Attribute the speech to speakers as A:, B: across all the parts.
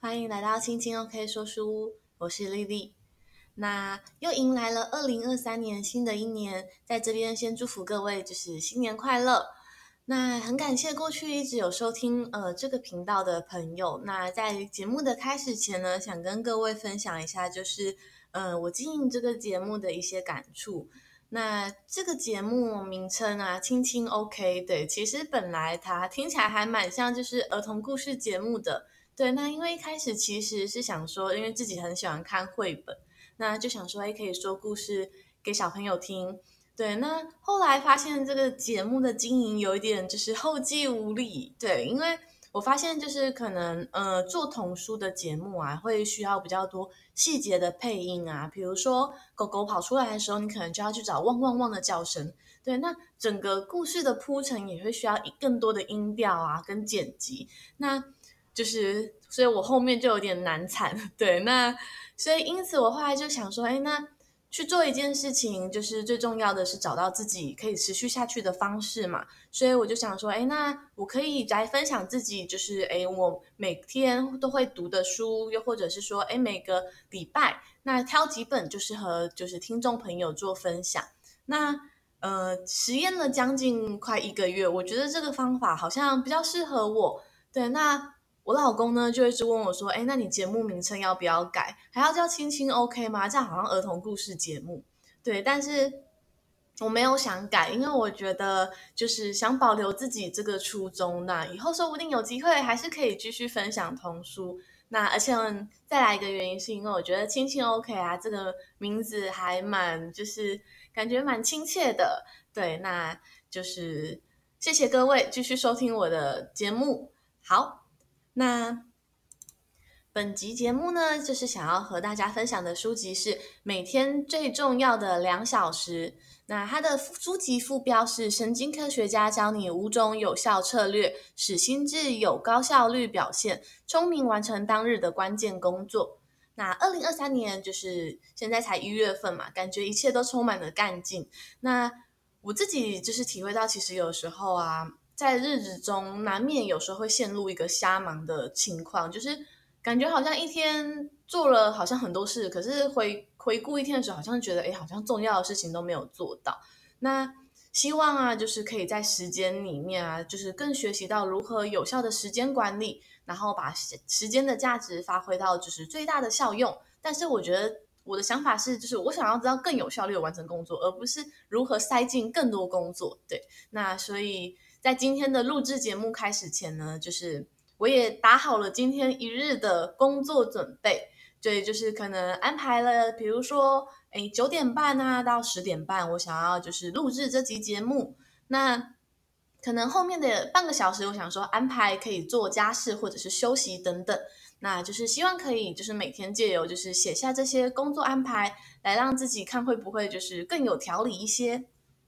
A: 欢迎来到青青 OK 说书屋，我是丽丽。那又迎来了2023年新的一年，在这边先祝福各位新年快乐。那很感谢过去一直有收听这个频道的朋友。那在节目的开始前呢，想跟各位分享一下，我经营这个节目的一些感触。那这个节目名称啊，青青 OK， 对，其实本来它听起来还蛮像儿童故事节目的。对，那因为一开始其实是想说，因为自己很喜欢看绘本，那就想说，可以说故事给小朋友听。对，那后来发现这个节目的经营有一点后继无力。对，因为我发现可能做童书的节目啊，会需要比较多细节的配音啊，比如说狗狗跑出来的时候，你可能就要去找汪汪汪的叫声。对，那整个故事的铺陈也会需要更多的音调啊，跟剪辑。那所以我后面就有点难产。对，那所以因此我后来就想说，那去做一件事情，最重要的是找到自己可以持续下去的方式嘛。所以我就想说，那我可以来分享自己，我每天都会读的书，又或者是说，每个礼拜那挑几本和听众朋友做分享。那实验了将近快1个月，我觉得这个方法好像比较适合我。对，那我老公呢就一直问我说，那你节目名称要不要改？还要叫青青 OK 吗？这样好像儿童故事节目。对，但是我没有想改，因为我觉得想保留自己这个初衷，那以后说不定有机会还是可以继续分享童书。那而且再来一个原因是因为我觉得青青 OK 啊这个名字还蛮感觉蛮亲切的。对，那谢谢各位继续收听我的节目。好，那本集节目呢，想要和大家分享的书籍是每天最重要的2小时。那它的书籍副标是神经科学家教你5种有效策略，使心智有高效率表现，聪明完成当日的关键工作。那2023年现在才1月份嘛，感觉一切都充满了干劲。那我自己体会到，其实有时候啊，在日子中难免有时候会陷入一个瞎忙的情况，感觉好像一天做了好像很多事，可是回顾一天的时候，好像觉得好像重要的事情都没有做到。那希望啊，可以在时间里面啊，更学习到如何有效的时间管理，然后把时间的价值发挥到最大的效用。但是我觉得我的想法是，我想要知道更有效率的完成工作，而不是如何塞进更多工作。对，那所以在今天的录制节目开始前呢，我也打好了今天一日的工作准备。对，可能安排了，比如说9点半啊到10点半，我想要录制这集节目。那可能后面的半个小时，我想说安排可以做家事或者是休息等等。那希望可以每天借由写下这些工作安排，来让自己看会不会更有条理一些。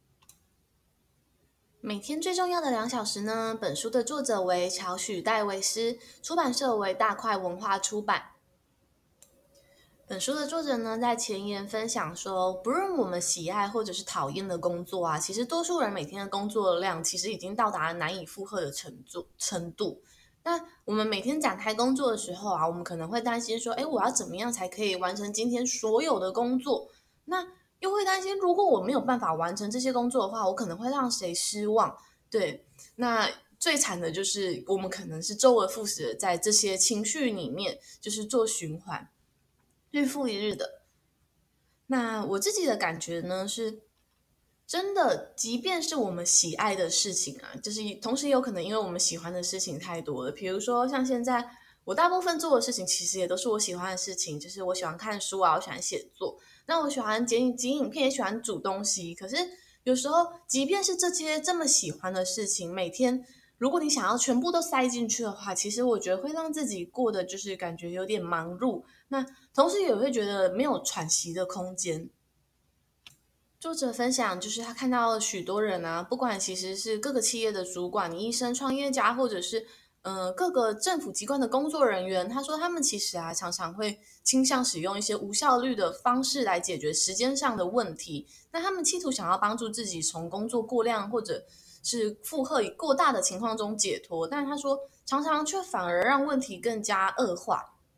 A: 每天最重要的2小时呢，本书的作者为乔许戴维斯，出版社为大块文化出版。本书的作者呢，在前言分享说，不论我们喜爱或者是讨厌的工作啊，其实多数人每天的工作量其实已经到达了难以负荷的程度。那我们每天展开工作的时候啊，我们可能会担心说，我要怎么样才可以完成今天所有的工作？那又会担心，如果我没有办法完成这些工作的话，我可能会让谁失望？对，那最惨的我们可能是周而复始的在这些情绪里面做循环。日复一日的。那我自己的感觉呢是，真的，即便是我们喜爱的事情啊，同时有可能因为我们喜欢的事情太多了，比如说像现在我大部分做的事情，其实也都是我喜欢的事情，我喜欢看书啊，我喜欢写作，那我喜欢剪影片，也喜欢煮东西。可是有时候，即便是这些这么喜欢的事情，每天如果你想要全部都塞进去的话，其实我觉得会让自己过得感觉有点忙碌，那同时也会觉得没有喘息的空间。作者分享他看到许多人啊，不管其实是各个企业的主管、医生、创业家，或者是各个政府机关的工作人员，他说他们其实啊常常会倾向使用一些无效率的方式来解决时间上的问题。那他们企图想要帮助自己从工作过量或者是负荷过大的情况中解脱，但他说常常却反而让问题更加恶化。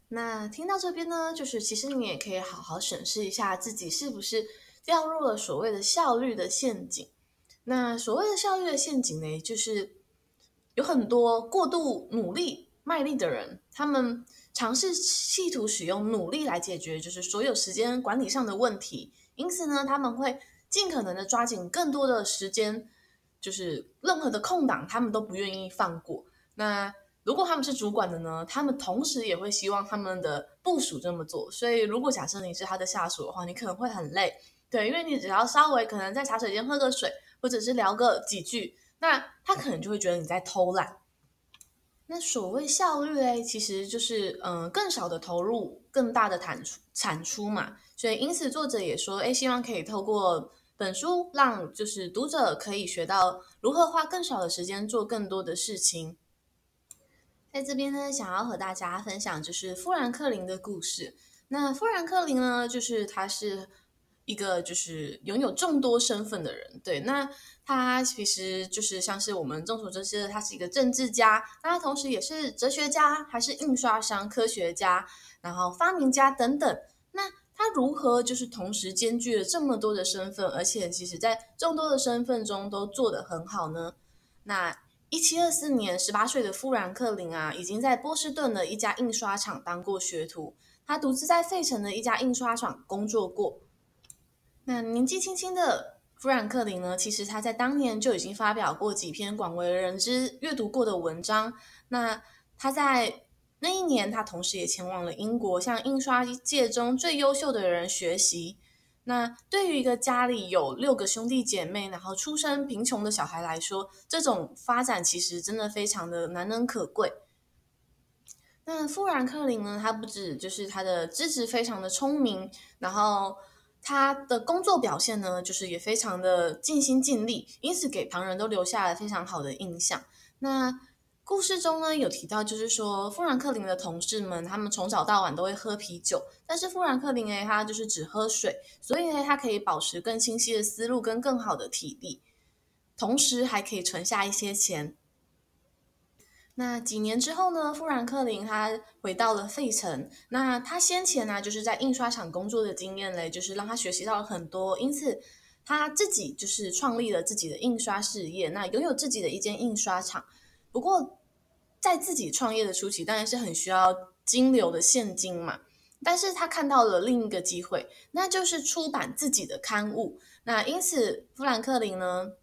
A: 那听到这边呢，就是其实你也可以好好审视一下自己是不是掉入了所谓的效率的陷阱。那所谓的效率的陷阱呢，就是有很多过度努力卖力的人，他们尝试企图使用努力来解决就是所有时间管理上的问题，因此呢，他们会尽可能的抓紧更多的时间，就是任何的空档他们都不愿意放过。那如果他们是主管的呢，他们同时也会希望他们的部属这么做。所以如果假设你是他的下属的话，你可能会很累，对，因为你只要稍微可能在茶水间喝个水，或者是聊个几句，那他可能就会觉得你在偷懒。那所谓效率嘞，其实就是更少的投入，更大的产出嘛。所以因此作者也说，希望可以透过本书，让就是读者可以学到如何花更少的时间做更多的事情。在这边呢，想要和大家分享就是富兰克林的故事。那富兰克林呢，就是他是一个就是拥有众多身份的人，对。那他其实就是像是我们众所周知的，他是一个政治家，那他同时也是哲学家，还是印刷商、科学家，然后发明家等等。那他如何就是同时兼具了这么多的身份，而且其实在众多的身份中都做得很好呢？那1724年，18岁的富兰克林啊，已经在波士顿的一家印刷厂当过学徒。他独自在费城的一家印刷厂工作过。那年纪轻轻的富兰克林呢，其实他在当年就已经发表过几篇广为人知、阅读过的文章。那他在那一年，他同时也前往了英国，向印刷界中最优秀的人学习。那对于一个家里有6个兄弟姐妹，然后出身贫穷的小孩来说，这种发展其实真的非常的难能可贵。那富兰克林呢，他不止就是他的资质非常的聪明，然后他的工作表现呢，就是也非常的尽心尽力，因此给旁人都留下了非常好的印象。那故事中呢，有提到就是说，富兰克林的同事们，他们从早到晚都会喝啤酒，但是富兰克林他就是只喝水，所以他可以保持更清晰的思路跟更好的体力，同时还可以存下一些钱。那几年之后呢，富兰克林他回到了费城。那他先前呢，就是在印刷厂工作的经验嘞，就是让他学习到了很多，因此他自己就是创立了自己的印刷事业，那拥有自己的一间印刷厂。不过在自己创业的初期，当然是很需要金流的现金嘛。但是他看到了另一个机会，那就是出版自己的刊物。那因此，富兰克林呢，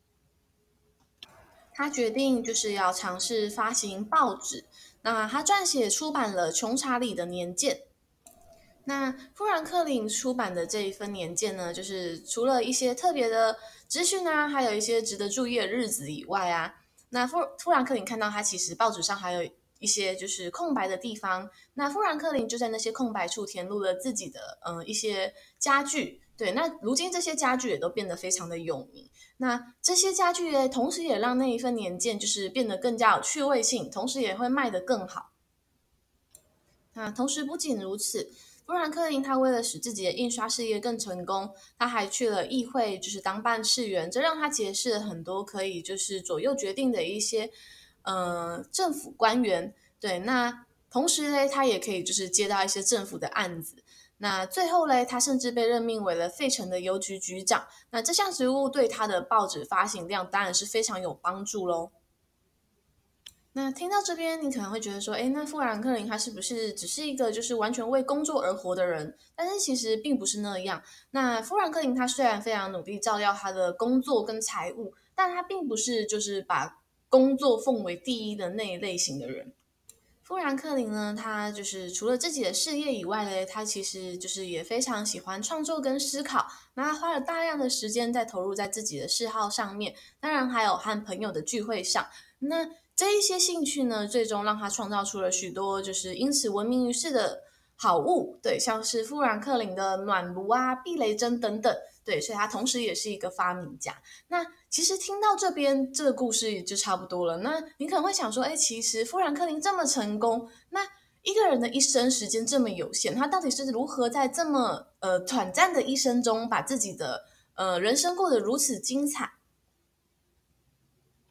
A: 他决定就是要尝试发行报纸。那他撰写出版了《穷查理的年鉴》。那富兰克林出版的这一份年鉴呢，就是除了一些特别的资讯啊，还有一些值得注意的日子以外啊，那富兰克林看到他其实报纸上还有一些就是空白的地方，那富兰克林就在那些空白处填入了自己的一些家具。对，那如今这些家具也都变得非常的有名。那这些家具呢，同时也让那一份年鉴就是变得更加有趣味性，同时也会卖得更好。那同时不仅如此，富兰克林他为了使自己的印刷事业更成功，他还去了议会，就是当办事员，这让他结识了很多可以就是左右决定的一些政府官员。对，那同时呢，他也可以就是接到一些政府的案子。那最后呢，他甚至被任命为了费城的邮局局长。那这项职务对他的报纸发行量当然是非常有帮助喽。那听到这边，你可能会觉得说，那富兰克林他是不是只是一个就是完全为工作而活的人？但是其实并不是那样。那富兰克林他虽然非常努力照料他的工作跟财务，但他并不是就是把工作奉为第一的那一类型的人。富兰克林呢，他就是除了自己的事业以外呢，他其实就是也非常喜欢创作跟思考。那他花了大量的时间在投入在自己的嗜好上面，当然还有和朋友的聚会上。那这一些兴趣呢，最终让他创造出了许多就是因此闻名于世的好物。对，像是富兰克林的暖炉啊、避雷针等等。对，所以他同时也是一个发明家。那其实听到这边这个故事也就差不多了。那你可能会想说，其实富兰克林这么成功，那一个人的一生时间这么有限，他到底是如何在这么短暂的一生中，把自己的人生过得如此精彩？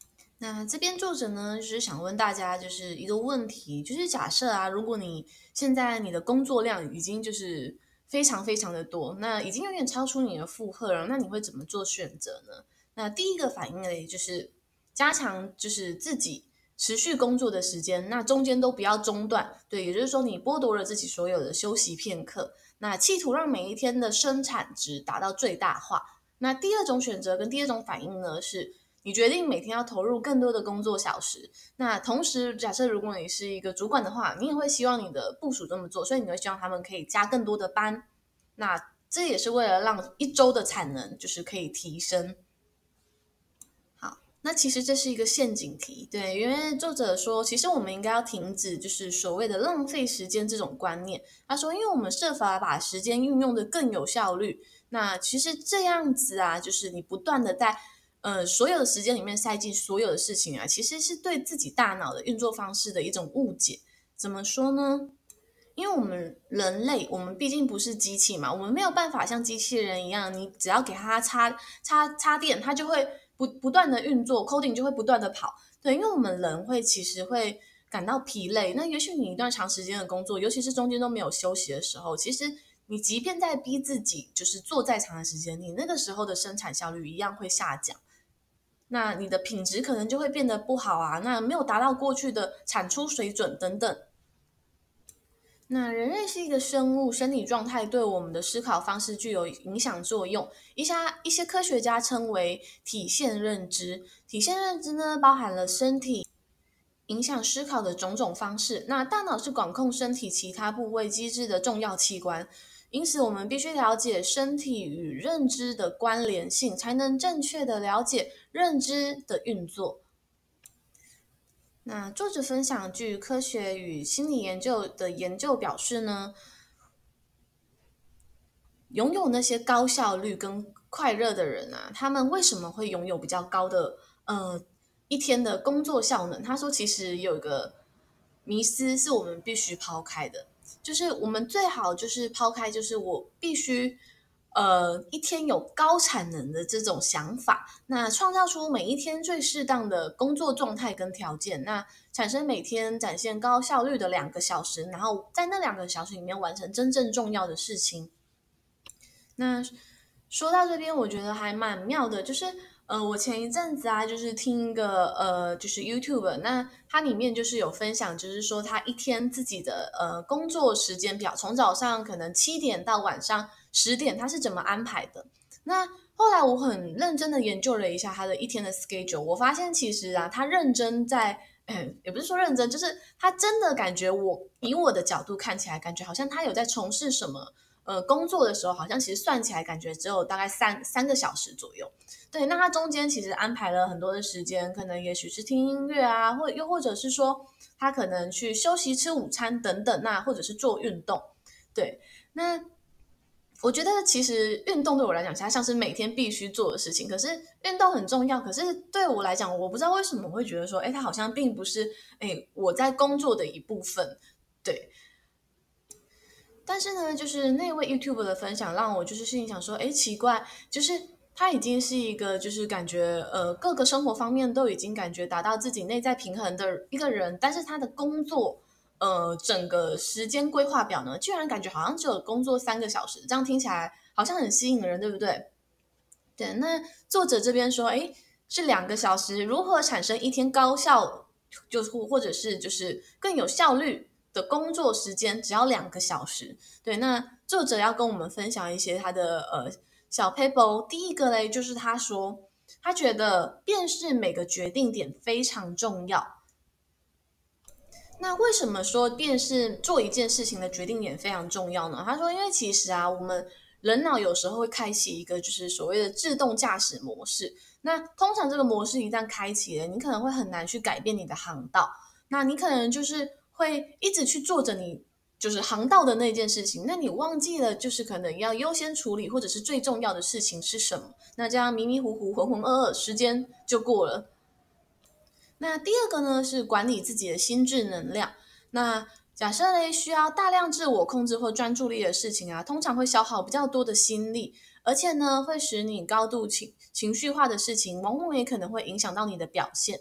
A: 那这边作者呢，就是想问大家就是一个问题，就是假设啊，如果你现在你的工作量已经就是非常非常的多，那已经有点超出你的负荷了，那你会怎么做选择呢？那第一个反应呢，就是加强就是自己持续工作的时间，那中间都不要中断，对，也就是说你剥夺了自己所有的休息片刻，那企图让每一天的生产值达到最大化。那第二种选择跟第二种反应呢，是你决定每天要投入更多的工作小时。那同时，假设如果你是一个主管的话，你也会希望你的部属这么做，所以你会希望他们可以加更多的班。那这也是为了让一周的产能就是可以提升。好，那其实这是一个陷阱题，对，因为作者说，其实我们应该要停止就是所谓的浪费时间这种观念。他说，因为我们设法把时间运用的更有效率，那其实这样子啊，就是你不断的在所有的时间里面塞进所有的事情啊，其实是对自己大脑的运作方式的一种误解。怎么说呢？因为我们人类，我们毕竟不是机器嘛，我们没有办法像机器人一样，你只要给它插电，它就会不断的运作 ，coding 就会不断的跑。对，因为我们人其实会感到疲累。那也许你一段长时间的工作，尤其是中间都没有休息的时候，其实你即便在逼自己，就是做再长的时间，你那个时候的生产效率一样会下降。那你的品质可能就会变得不好啊，那没有达到过去的产出水准等等。那人类是一个生物，生理状态对我们的思考方式具有影响作用。一些科学家称为体现认知。体现认知呢，包含了身体影响思考的种种方式。那大脑是管控身体其他部位机制的重要器官，因此我们必须了解身体与认知的关联性，才能正确的了解认知的运作。那作者分享，据科学与心理研究的研究表示呢，拥有那些高效率跟快乐的人啊，他们为什么会拥有比较高的一天的工作效能？他说，其实有一个迷思是我们必须抛开的，就是我们最好就是抛开，就是我必须一天有高产能的这种想法，那创造出每一天最适当的工作状态跟条件，那产生每天展现高效率的2个小时，然后在那2个小时里面完成真正重要的事情。那说到这边，我觉得还蛮妙的，就是我前一阵子啊，就是听一个就是 YouTube，那它里面就是有分享，就是说他一天自己的工作时间表，从早上可能7点到晚上10点，他是怎么安排的？那后来我很认真的研究了一下他的一天的 schedule，我发现其实啊，他认真在。也不是说认真，就是他真的感觉以我的角度看起来，感觉好像他有在从事什么工作的时候，好像其实算起来感觉只有大概三个小时左右。对，那他中间其实安排了很多的时间，可能也许是听音乐啊，或者是说他可能去休息吃午餐等等，那或者是做运动。对，那我觉得其实运动对我来讲，它像是每天必须做的事情。可是运动很重要，可是对我来讲，我不知道为什么我会觉得说，它好像并不是我在工作的一部分。对，但是呢，就是那位 YouTube 的分享让我就是心里想说，奇怪，就是他已经是一个就是感觉各个生活方面都已经感觉达到自己内在平衡的一个人，但是他的工作整个时间规划表呢，居然感觉好像只有工作3个小时，这样听起来好像很吸引人，对不对？对，那作者这边说，是2个小时，如何产生一天高效，就是或者是就是更有效率的工作时间，只要2个小时。对，那作者要跟我们分享一些他的小 paper。第一个嘞，就是他说他觉得辨识每个决定点非常重要。那为什么说辨识做一件事情的决定点非常重要呢？他说，因为其实啊，我们人脑有时候会开启一个就是所谓的自动驾驶模式。那通常这个模式一旦开启了，你可能会很难去改变你的航道。那你可能就是会一直去做着你就是航道的那件事情，那你忘记了就是可能要优先处理或者是最重要的事情是什么。那这样迷迷糊糊、浑浑噩噩，时间就过了。那第二个呢是管理自己的心智能量。那假设呢需要大量自我控制或专注力的事情啊，通常会消耗比较多的心力，而且呢会使你高度情绪化的事情，往往也可能会影响到你的表现。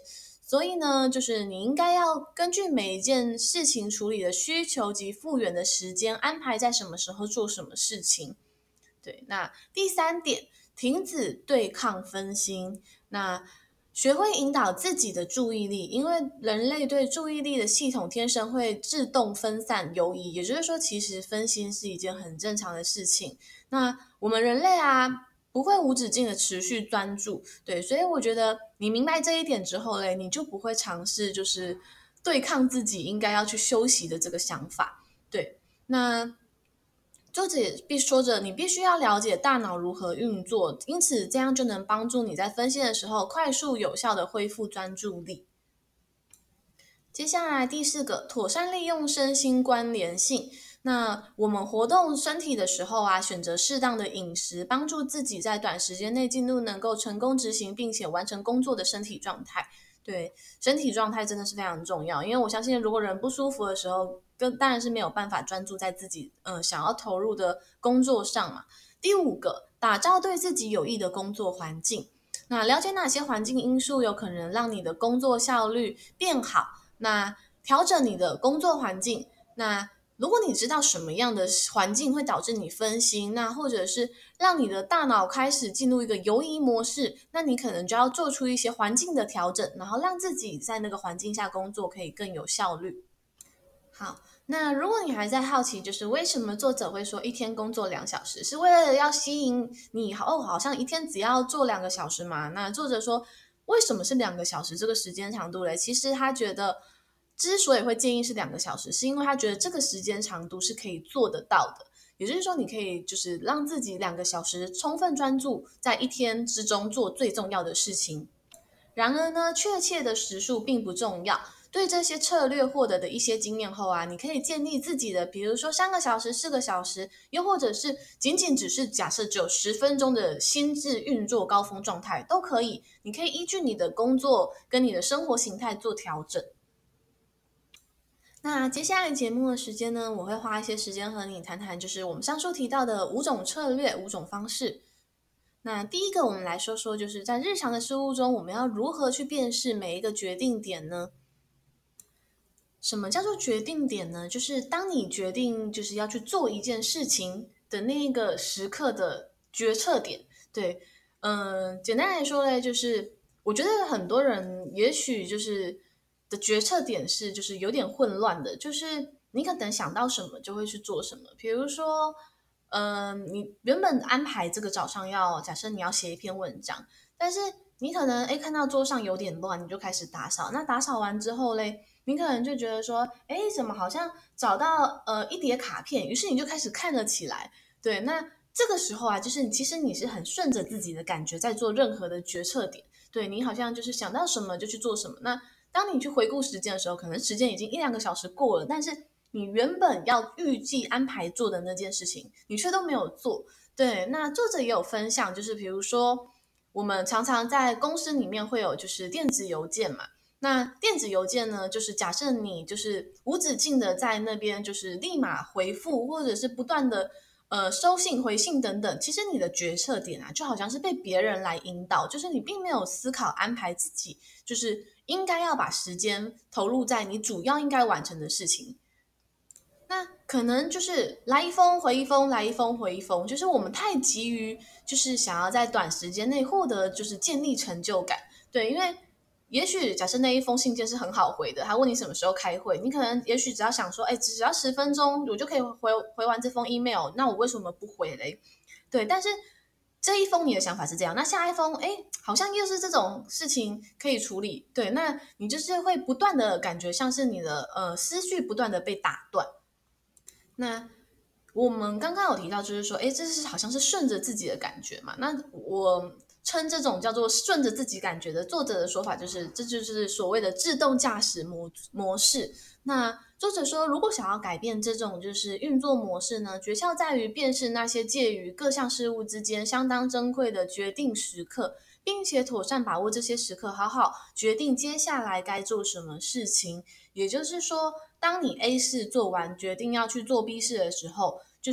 A: 所以呢，就是你应该要根据每一件事情处理的需求及复原的时间，安排在什么时候做什么事情。对，那第三点，停止对抗分心。那学会引导自己的注意力，因为人类对注意力的系统天生会自动分散游移，也就是说，其实分心是一件很正常的事情。那我们人类啊，不会无止境的持续专注，对，所以我觉得你明白这一点之后嘞，你就不会尝试就是对抗自己应该要去休息的这个想法，对，那。作者也必说着，你必须要了解大脑如何运作，因此这样就能帮助你在分析的时候快速有效的恢复专注力。接下来第四个，妥善利用身心关联性。那我们活动身体的时候啊，选择适当的饮食，帮助自己在短时间内进入能够成功执行并且完成工作的身体状态。对，身体状态真的是非常重要，因为我相信，如果人不舒服的时候，当然是没有办法专注在自己想要投入的工作上嘛。第五个，打造对自己有益的工作环境。那了解哪些环境因素有可能让你的工作效率变好？那调整你的工作环境。那如果你知道什么样的环境会导致你分心，那或者是让你的大脑开始进入一个游移模式，那你可能就要做出一些环境的调整，然后让自己在那个环境下工作可以更有效率。好，那如果你还在好奇，就是为什么作者会说一天工作2小时，是为了要吸引你好像一天只要做2个小时嘛？那作者说，为什么是2个小时这个时间长度嘞？其实他觉得，之所以会建议是2个小时，是因为他觉得这个时间长度是可以做得到的。也就是说，你可以就是让自己2个小时充分专注在一天之中做最重要的事情。然而呢，确切的时数并不重要。对这些策略获得的一些经验后啊，你可以建立自己的，比如说3个小时、4个小时，又或者是仅仅只是假设只有10分钟的心智运作高峰状态都可以。你可以依据你的工作跟你的生活形态做调整。那接下来节目的时间呢，我会花一些时间和你谈谈，就是我们上述提到的5种策略、5种方式。那第一个，我们来说说，就是在日常的事物中，我们要如何去辨识每一个决定点呢？什么叫做决定点呢？就是当你决定就是要去做一件事情的那一个时刻的决策点。对，简单来说呢，就是我觉得很多人也许就是的决策点是就是有点混乱的，就是你可能想到什么就会去做什么。比如说，你原本安排这个早上假设你要写一篇文章，但是你可能看到桌上有点乱，你就开始打扫。那打扫完之后嘞，你可能就觉得说，怎么好像找到一叠卡片，于是你就开始看了起来。对，那这个时候啊，就是其实你是很顺着自己的感觉在做任何的决策点。对，你好像就是想到什么就去做什么。那当你去回顾时间的时候，可能时间已经1-2个小时过了，但是你原本要预计安排做的那件事情，你却都没有做。对，那作者也有分享，就是比如说我们常常在公司里面会有就是电子邮件嘛。那电子邮件呢，就是假设你就是无止境的在那边就是立马回复，或者是不断的收信回信等等，其实你的决策点啊，就好像是被别人来引导，就是你并没有思考安排自己，就是应该要把时间投入在你主要应该完成的事情。那可能就是来一封回一封，来一封回一封，就是我们太急于就是想要在短时间内获得就是建立成就感。对，因为也许假设那一封信件是很好回的，他问你什么时候开会，你可能也许只要想说，只要10分钟我就可以回完这封 email，那我为什么不回嘞？对，但是这一封你的想法是这样，那下一封，好像又是这种事情可以处理。对，那你就是会不断的感觉像是你的思绪不断的被打断。那我们刚刚有提到，就是说，这是好像是顺着自己的感觉嘛？那我称这种叫做顺着自己感觉的，作者的说法就是，这就是所谓的自动驾驶模式。那作者说，如果想要改变这种就是运作模式呢，诀窍在于辨识那些介于各项事物之间相当珍贵的决定时刻，并且妥善把握这些时刻，好好决定接下来该做什么事情。也就是说，当你 A 事做完，决定要去做 B 事的时候，就是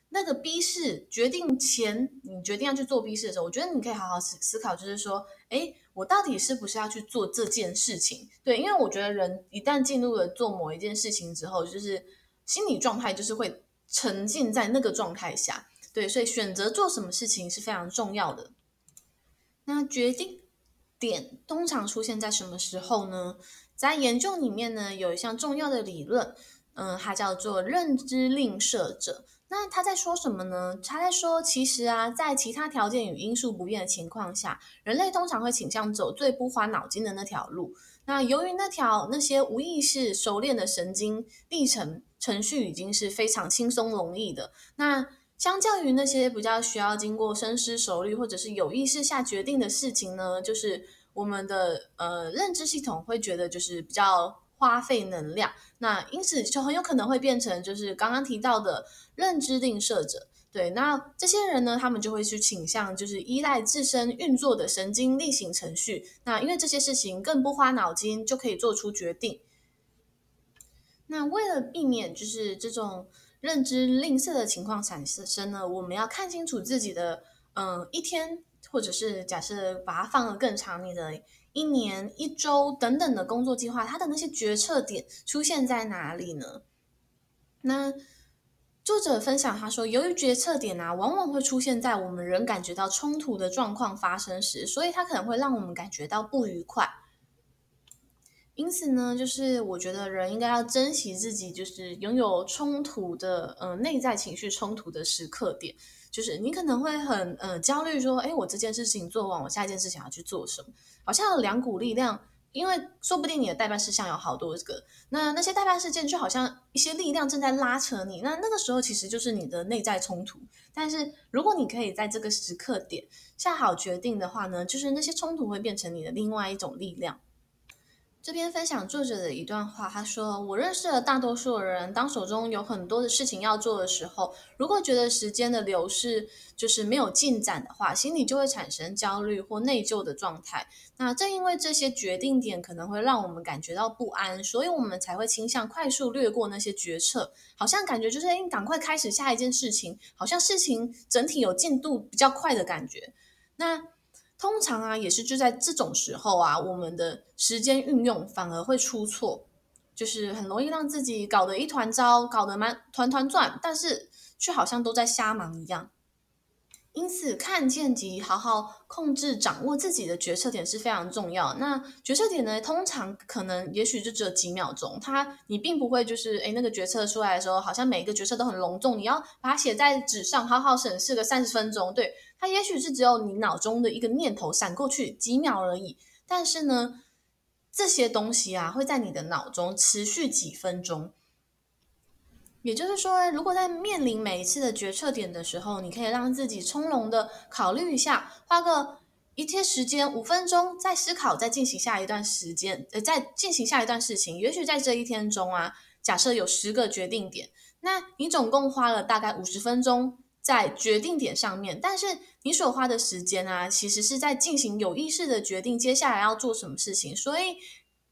A: 那个 B 事决定前，你决定要去做 B 事的时候，我觉得你可以好好思考，就是说，我到底是不是要去做这件事情？对，因为我觉得人一旦进入了做某一件事情之后，就是心理状态就是会沉浸在那个状态下。对，所以选择做什么事情是非常重要的。那决定点通常出现在什么时候呢？在研究里面呢，有一项重要的理论，它叫做认知映射者。那他在说什么呢？他在说，其实啊，在其他条件与因素不变的情况下，人类通常会倾向走最不花脑筋的那条路。那由于那些无意识熟练的神经历程序已经是非常轻松容易的，那相较于那些比较需要经过深思熟虑或者是有意识下决定的事情呢，就是我们的认知系统会觉得就是比较花费能量，那因此就很有可能会变成就是刚刚提到的认知映射者。对，那这些人呢，他们就会去倾向就是依赖自身运作的神经例行程序，那因为这些事情更不花脑筋就可以做出决定。那为了避免就是这种认知吝啬的情况产生呢，我们要看清楚自己的一天，或者是假设把它放得更长，你的一年、一周等等的工作计划，它的那些决策点出现在哪里呢？那作者分享他说，由于决策点啊，往往会出现在我们人感觉到冲突的状况发生时，所以它可能会让我们感觉到不愉快。因此呢，就是我觉得人应该要珍惜自己，就是拥有冲突的内在情绪冲突的时刻点。就是你可能会很焦虑，说，我这件事情做完，我下一件事情要去做什么？好像有两股力量，因为说不定你的待办事项有好多个，那些待办事件就好像一些力量正在拉扯你，那个时候其实就是你的内在冲突。但是如果你可以在这个时刻点下好决定的话呢，就是那些冲突会变成你的另外一种力量。这边分享作者的一段话，他说：“我认识了大多数的人，当手中有很多的事情要做的时候，如果觉得时间的流逝就是没有进展的话，心里就会产生焦虑或内疚的状态。那正因为这些决定点可能会让我们感觉到不安，所以我们才会倾向快速略过那些决策，好像感觉就是你赶快开始下一件事情，好像事情整体有进度比较快的感觉。那通常啊，也是就在这种时候啊，我们的时间运用反而会出错，就是很容易让自己搞得一团糟，搞得蛮团团转，但是却好像都在瞎忙一样。因此，看见及好好控制、掌握自己的决策点是非常重要。那决策点呢，通常可能也许就只有几秒钟，你并不会就是那个决策出来的时候，好像每一个决策都很隆重，你要把它写在纸上，好好审视个30分钟。对，它也许是只有你脑中的一个念头闪过去几秒而已，但是呢，这些东西啊，会在你的脑中持续几分钟。也就是说，如果在面临每一次的决策点的时候，你可以让自己从容的考虑一下，花个一些时间5分钟，再思考，再进行下一段时间，再进行下一段事情。也许在这一天中啊，假设有10个决定点，那你总共花了大概50分钟在决定点上面，但是你所花的时间啊，其实是在进行有意识的决定，接下来要做什么事情，所以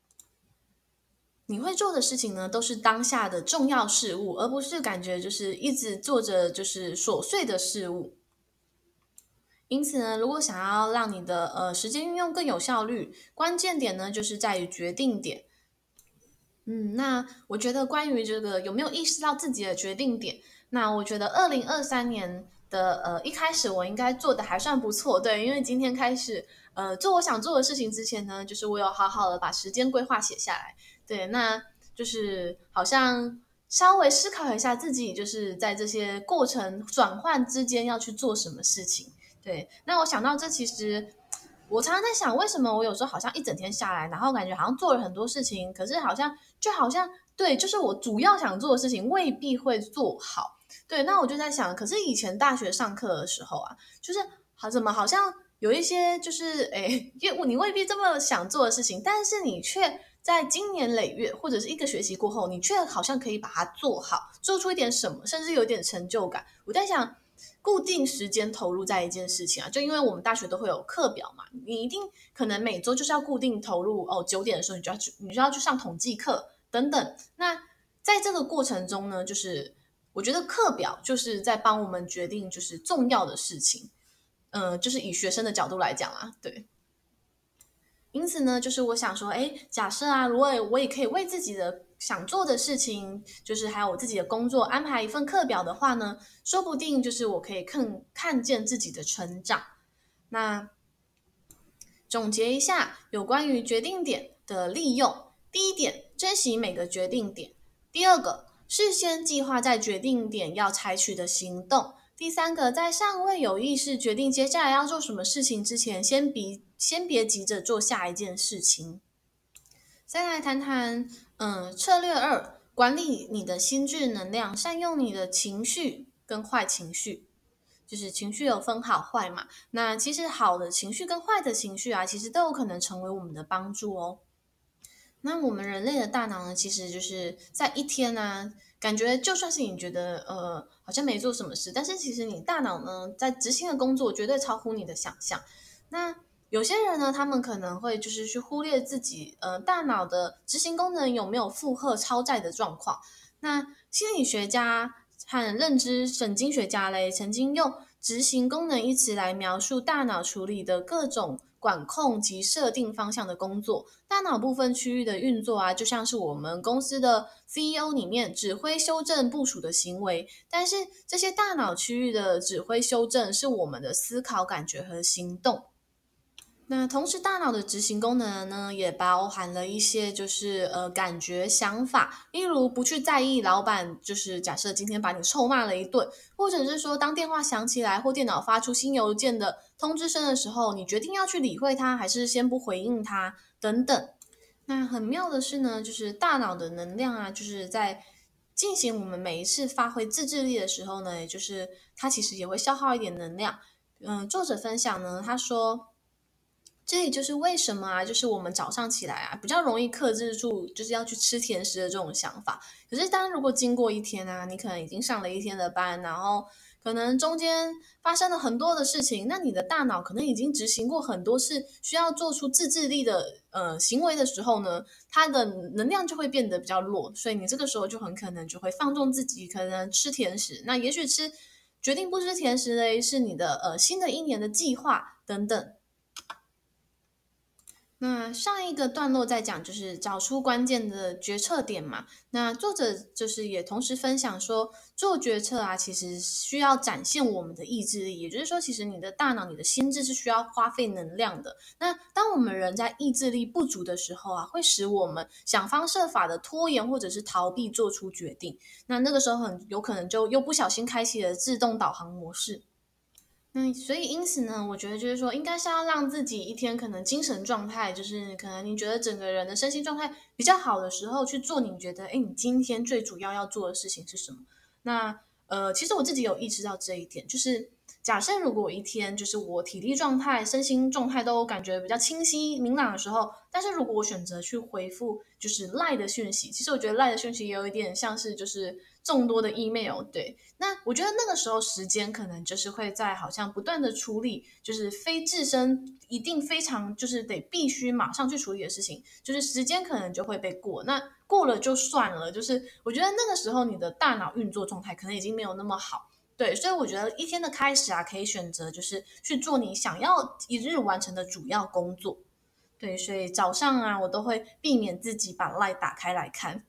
A: 你会做的事情呢，都是当下的重要事物，而不是感觉就是一直做着就是琐碎的事物。因此呢，如果想要让你的时间运用更有效率，关键点呢就是在于决定点。那我觉得关于这个有没有意识到自己的决定点，那我觉得2023年的一开始我应该做的还算不错，对，因为今天开始做我想做的事情之前呢，就是我有好好的把时间规划写下来，对，那就是好像稍微思考一下自己就是在这些过程转换之间要去做什么事情，对，那我想到这其实。我常常在想，为什么我有时候好像一整天下来，然后感觉好像做了很多事情，可是好像对，就是我主要想做的事情未必会做好。对，那我就在想，可是以前大学上课的时候啊，就是怎么好像有一些就是你未必这么想做的事情，但是你却在经年累月或者是一个学期过后，你却好像可以把它做好，做出一点什么，甚至有点成就感。我在想。固定时间投入在一件事情啊，就因为我们大学都会有课表嘛，你一定可能每周就是要固定投入9点的时候你就要去上统计课等等。那在这个过程中呢，就是我觉得课表就是在帮我们决定就是重要的事情，就是以学生的角度来讲啦，对。因此呢，就是我想说，假设啊，如果我也可以为自己的想做的事情，就是还有我自己的工作安排一份课表的话呢，说不定就是我可以更看见自己的成长。那总结一下有关于决定点的利用：第一点，珍惜每个决定点；第二个，事先计划在决定点要采取的行动；第三个，在尚未有意识决定接下来要做什么事情之前，先别急着做下一件事情。再来谈谈，策略二，管理你的心智能量，善用你的情绪跟坏情绪。就是情绪有分好坏嘛，那其实好的情绪跟坏的情绪啊，其实都有可能成为我们的帮助哦。那我们人类的大脑呢，其实就是在一天呢，感觉就算是你觉得好像没做什么事，但是其实你大脑呢在执行的工作绝对超乎你的想象。那有些人呢，他们可能会就是去忽略自己大脑的执行功能有没有负荷超载的状况。那心理学家和认知神经学家嘞，曾经用执行功能一词来描述大脑处理的各种管控及设定方向的工作。大脑部分区域的运作啊，就像是我们公司的 CEO 里面指挥、修正、部署的行为。但是这些大脑区域的指挥、修正，是我们的思考、感觉和行动。那同时，大脑的执行功能呢，也包含了一些就是感觉、想法，例如不去在意老板，就是假设今天把你臭骂了一顿，或者是说当电话响起来或电脑发出新邮件的通知声的时候，你决定要去理会它，还是先不回应它等等。那很妙的是呢，就是大脑的能量啊，就是在进行我们每一次发挥自制力的时候呢，也就是它其实也会消耗一点能量。作者分享呢，他说。这也就是为什么啊，就是我们早上起来啊，比较容易克制住，就是要去吃甜食的这种想法。可是，当如果经过一天啊，你可能已经上了一天的班，然后可能中间发生了很多的事情，那你的大脑可能已经执行过很多次需要做出自制力的行为的时候呢，它的能量就会变得比较弱，所以你这个时候就很可能就会放纵自己，可能吃甜食。那也许决定不吃甜食嘞，是你的新的一年的计划等等。那上一个段落在讲就是找出关键的决策点嘛，那作者就是也同时分享说，做决策啊，其实需要展现我们的意志力，也就是说，其实你的大脑、你的心智是需要花费能量的。那当我们人在意志力不足的时候啊，会使我们想方设法的拖延或者是逃避做出决定，那个时候很有可能就又不小心开启了自动导航模式。所以因此呢，我觉得就是说，应该是要让自己一天可能精神状态，就是可能你觉得整个人的身心状态比较好的时候去做，你觉得，你今天最主要做的事情是什么？那其实我自己有意识到这一点，就是假设如果一天就是我体力状态、身心状态都感觉比较清晰明朗的时候，但是如果我选择去回复就是赖的讯息，其实我觉得赖的讯息也有一点像是就是众多的 email，对。那我觉得那个时候时间可能就是会在好像不断的处理，就是非自身一定非常就是必须马上去处理的事情，就是时间可能就会被过，那过了就算了，就是我觉得那个时候你的大脑运作状态可能已经没有那么好。对，所以我觉得一天的开始啊，可以选择就是去做你想要一日完成的主要工作。对，所以早上啊，我都会避免自己把 LINE 打开来看。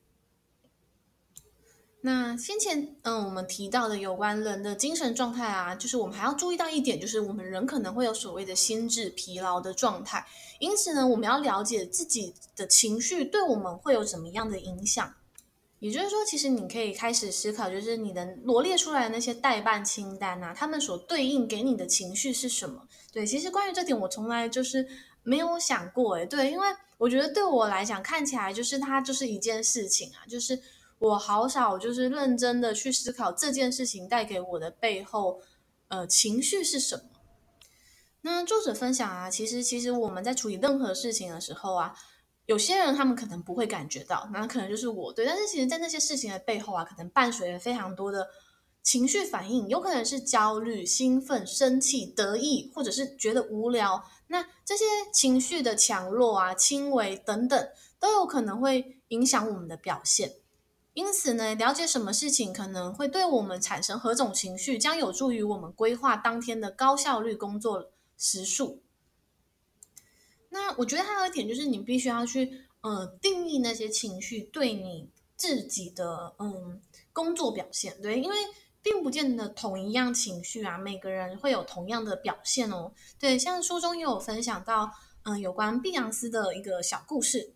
A: 那先前我们提到的有关人的精神状态啊，就是我们还要注意到一点，就是我们人可能会有所谓的心智疲劳的状态，因此呢，我们要了解自己的情绪对我们会有什么样的影响。也就是说，其实你可以开始思考，就是你的罗列出来的那些代办清单啊，他们所对应给你的情绪是什么？对，其实关于这点，我从来就是没有想过，对，因为我觉得对我来讲，看起来就是它就是一件事情啊，就是我好少就是认真的去思考这件事情带给我的背后，情绪是什么。那作者分享啊，其实我们在处理任何事情的时候啊，有些人他们可能不会感觉到，那可能就是我对，但是其实在那些事情的背后啊，可能伴随了非常多的情绪反应，有可能是焦虑、兴奋、生气、得意，或者是觉得无聊。那这些情绪的强弱啊、轻微等等，都有可能会影响我们的表现。 因此呢，了解什么事情可能会对我们产生何种情绪，将有助于我们规划当天的高效率工作时数。那我觉得还有一点就是，你必须要去定义那些情绪对你自己的工作表现，对，因为并不见得同一样情绪啊，每个人会有同样的表现哦。对，像书中也有分享到，有关碧昂斯的一个小故事。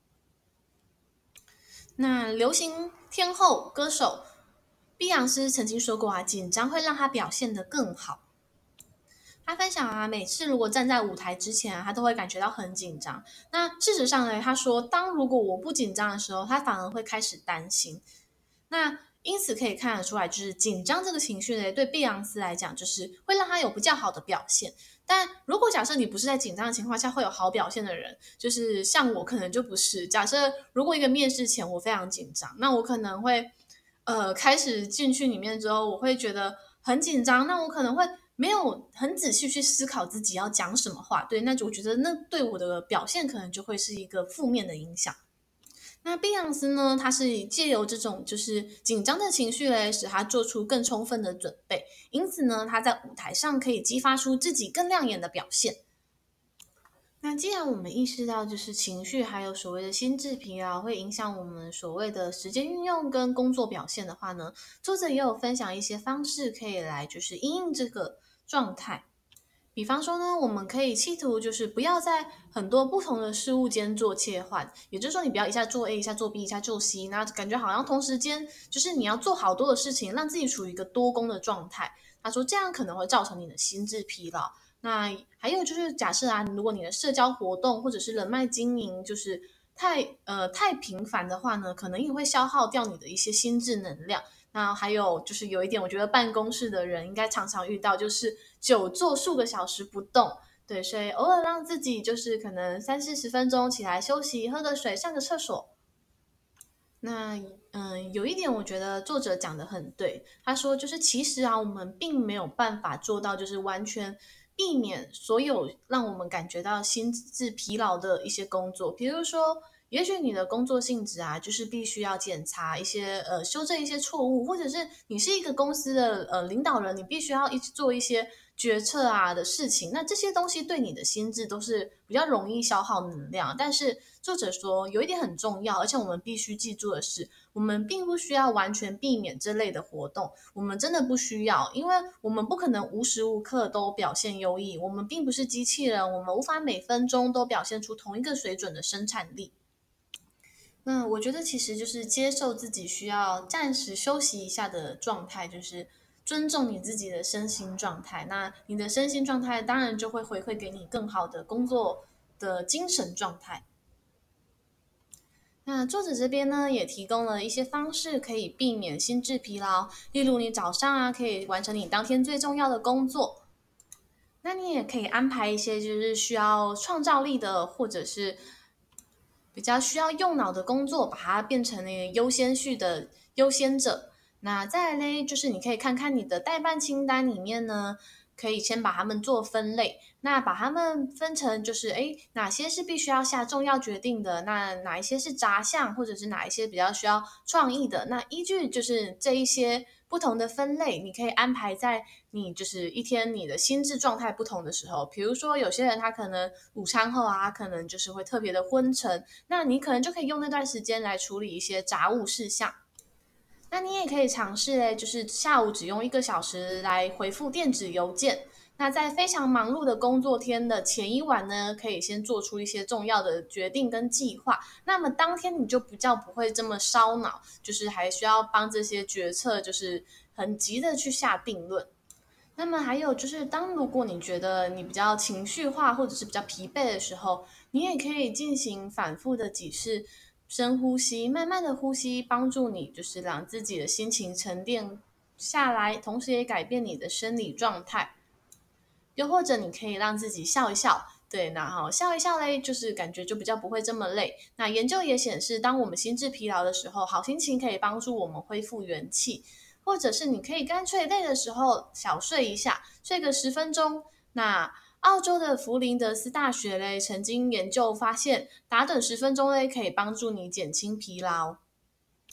A: 那流行天后歌手碧昂斯曾经说过啊，紧张会让她表现得更好。他分享啊，每次如果站在舞台之前啊，他都会感觉到很紧张。那事实上呢，他说，如果我不紧张的时候，他反而会开始担心。那因此可以看得出来，就是紧张这个情绪呢，对碧昂斯来讲，就是会让他有比较好的表现。但如果假设你不是在紧张的情况下会有好表现的人，就是像我可能就不是。假设如果一个面试前我非常紧张，那我可能会开始进去里面之后，我会觉得很紧张，那我可能会没有很仔细去思考自己要讲什么话，对，那我觉得那对我的表现可能就会是一个负面的影响。那碧昂斯呢，他是借由这种就是紧张的情绪来使他做出更充分的准备，因此呢，他在舞台上可以激发出自己更亮眼的表现。那既然我们意识到，就是情绪还有所谓的心智疲劳会影响我们所谓的时间运用跟工作表现的话呢，作者也有分享一些方式可以来就是因应这个状态。比方说呢，我们可以企图就是不要在很多不同的事物间做切换，也就是说，你不要一下做 A，一下做 B，一下做 C，那感觉好像同时间就是你要做好多的事情，让自己处于一个多工的状态。他说这样可能会造成你的心智疲劳。那还有就是假设啊，如果你的社交活动或者是人脉经营就是太频繁的话呢，可能也会消耗掉你的一些心智能量。那还有就是有一点，我觉得办公室的人应该常常遇到，就是久坐数个小时不动。对，所以偶尔让自己就是可能30-40分钟起来休息，喝个水，上个厕所。那有一点我觉得作者讲的很对，他说就是其实啊，我们并没有办法做到就是完全避免所有让我们感觉到心智疲劳的一些工作，比如说。也许你的工作性质啊，就是必须要检查一些修正一些错误，或者是你是一个公司的领导人，你必须要一直做一些决策啊的事情。那这些东西对你的心智都是比较容易消耗能量。但是作者说有一点很重要，而且我们必须记住的是，我们并不需要完全避免这类的活动，我们真的不需要，因为我们不可能无时无刻都表现优异，我们并不是机器人，我们无法每分钟都表现出同一个水准的生产力。那我觉得其实就是接受自己需要暂时休息一下的状态，就是尊重你自己的身心状态。那你的身心状态当然就会回馈给你更好的工作的精神状态。那作者这边呢也提供了一些方式可以避免心智疲劳，例如你早上啊可以完成你当天最重要的工作。那你也可以安排一些就是需要创造力的，或者是比较需要用脑的工作，把它变成那个优先序的优先者。那再来呢，就是你可以看看你的待办清单里面呢，可以先把它们做分类。那把它们分成就是哪些是必须要下重要决定的，那哪一些是杂项，或者是哪一些比较需要创意的。那依据就是这一些不同的分类，你可以安排在你就是一天你的心智状态不同的时候。比如说有些人他可能午餐后啊，可能就是会特别的昏沉，那你可能就可以用那段时间来处理一些杂物事项。那你也可以尝试就是下午只用1个小时来回复电子邮件。那在非常忙碌的工作天的前一晚呢，可以先做出一些重要的决定跟计划。那么当天你就比较不会这么烧脑，就是还需要帮这些决策就是很急的去下定论。那么还有就是，如果你觉得你比较情绪化或者是比较疲惫的时候，你也可以进行反复的几次深呼吸，慢慢的呼吸，帮助你就是让自己的心情沉淀下来，同时也改变你的生理状态。又或者你可以让自己笑一笑，对，然后笑一笑嘞，就是感觉就比较不会这么累。那研究也显示，当我们心智疲劳的时候，好心情可以帮助我们恢复元气。或者是你可以干脆累的时候小睡一下，睡个10分钟。那澳洲的弗林德斯大学嘞曾经研究发现，打盹10分钟嘞可以帮助你减轻疲劳。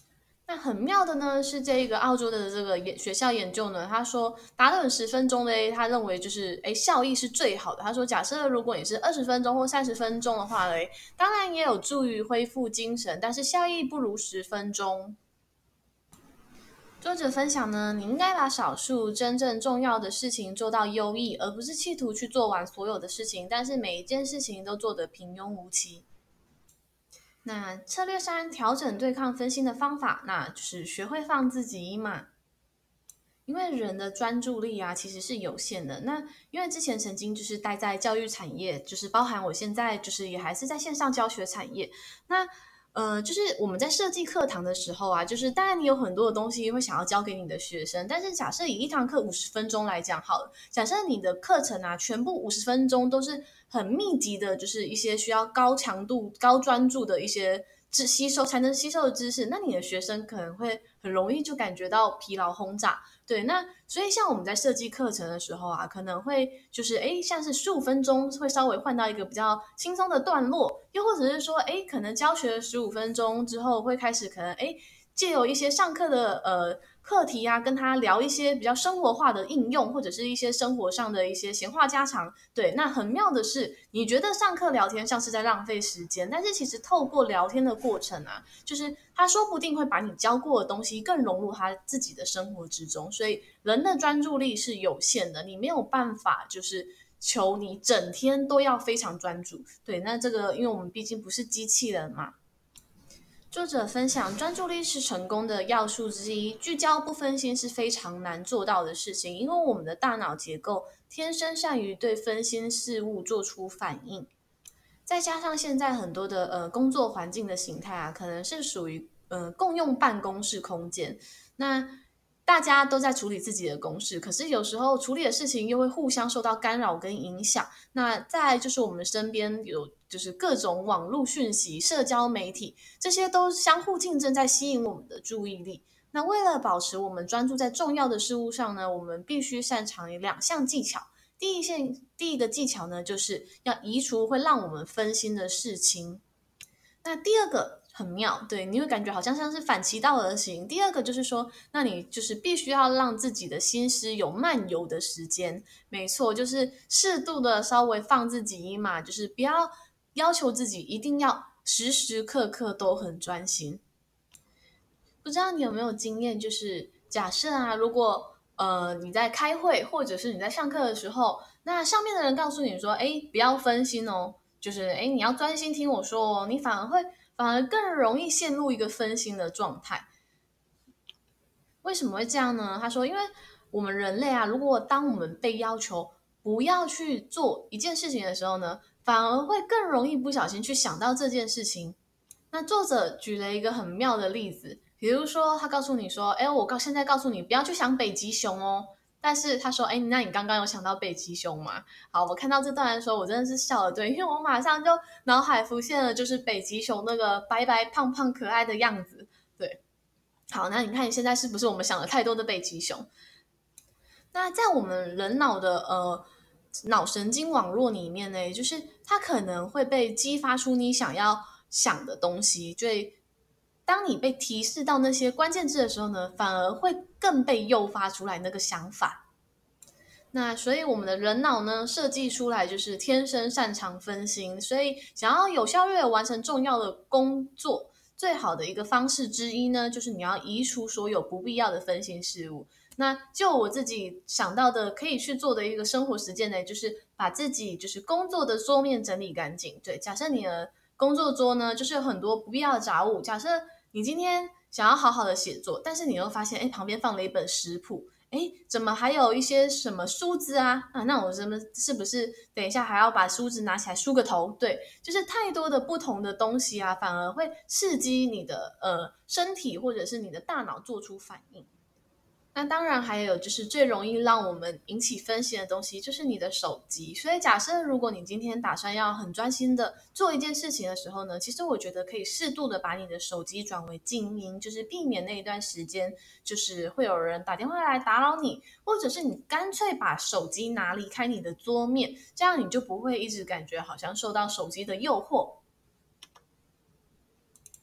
A: 那很妙的呢，是这个澳洲的这个学校研究呢，他说打盹10分钟的，他认为就是效益是最好的。他说，假设如果你是20分钟或30分钟的话嘞，当然也有助于恢复精神，但是效益不如10分钟。作者分享呢，你应该把少数真正重要的事情做到优异，而不是企图去做完所有的事情，但是每一件事情都做得平庸无奇。那策略3，调整对抗分心的方法，那就是学会放自己一马。因为人的专注力啊，其实是有限的。那因为之前曾经就是待在教育产业，就是包含我现在就是也还是在线上教学产业。那就是我们在设计课堂的时候啊，就是当然你有很多的东西会想要教给你的学生，但是假设以一堂课50分钟来讲好了，假设你的课程啊全部50分钟都是很密集的，就是一些需要高强度、高专注的一些才能吸收的知识，那你的学生可能会很容易就感觉到疲劳轰炸。对，那所以像我们在设计课程的时候啊，可能会就是像是15分钟会稍微换到一个比较轻松的段落，又或者是说可能教学15分钟之后会开始可能借由一些上课的课题啊，跟他聊一些比较生活化的应用，或者是一些生活上的一些闲话家常。对，那很妙的是，你觉得上课聊天像是在浪费时间，但是其实透过聊天的过程啊，就是他说不定会把你教过的东西更融入他自己的生活之中。所以人的专注力是有限的，你没有办法就是求你整天都要非常专注。对，那这个因为我们毕竟不是机器人嘛。作者分享，专注力是成功的要素之一，聚焦不分心是非常难做到的事情，因为我们的大脑结构天生善于对分心事物做出反应。再加上现在很多的工作环境的形态啊，可能是属于共用办公室空间，那大家都在处理自己的公事，可是有时候处理的事情又会互相受到干扰跟影响。那再来就是我们身边有就是各种网络讯息、社交媒体，这些都相互竞争在吸引我们的注意力。那为了保持我们专注在重要的事物上呢，我们必须擅长2项技巧。第一个技巧呢，就是要移除会让我们分心的事情。那第二个很妙，对，你会感觉好像是反其道而行。第二个就是说，那你就是必须要让自己的心思有漫游的时间。没错，就是适度的稍微放自己一马，就是不要要求自己一定要时时刻刻都很专心。不知道你有没有经验，就是假设啊，如果你在开会或者是你在上课的时候，那上面的人告诉你说，不要分心哦，就是你要专心听我说哦，你反而更容易陷入一个分心的状态。为什么会这样呢？他说，因为我们人类啊，如果当我们被要求不要去做一件事情的时候呢，反而会更容易不小心去想到这件事情。那作者举了一个很妙的例子，比如说他告诉你说，我现在告诉你不要去想北极熊哦，但是他说，那你刚刚有想到北极熊吗？好，我看到这段的时候，我真的是笑了，对，因为我马上就脑海浮现了就是北极熊那个白白胖胖可爱的样子，对。好，那你看你现在是不是我们想了太多的北极熊？那在我们人脑的脑神经网络里面呢，就是它可能会被激发出你想要想的东西，所以当你被提示到那些关键字的时候呢，反而会更被诱发出来那个想法。那所以我们的人脑呢，设计出来就是天生擅长分心，所以想要有效率的完成重要的工作，最好的一个方式之一呢，就是你要移除所有不必要的分心事物。那就我自己想到的可以去做的一个生活实践呢，就是把自己就是工作的桌面整理干净。对，假设你的工作桌呢，就是有很多不必要的杂物，假设你今天想要好好的写作，但是你又发现，旁边放了一本食谱，怎么还有一些什么梳子啊？那我是不是等一下还要把梳子拿起来梳个头？对，就是太多的不同的东西啊，反而会刺激你的身体或者是你的大脑做出反应。那当然还有就是最容易让我们引起分心的东西，就是你的手机。所以假设如果你今天打算要很专心的做一件事情的时候呢，其实我觉得可以适度的把你的手机转为静音，就是避免那一段时间就是会有人打电话来打扰你，或者是你干脆把手机拿离开你的桌面，这样你就不会一直感觉好像受到手机的诱惑。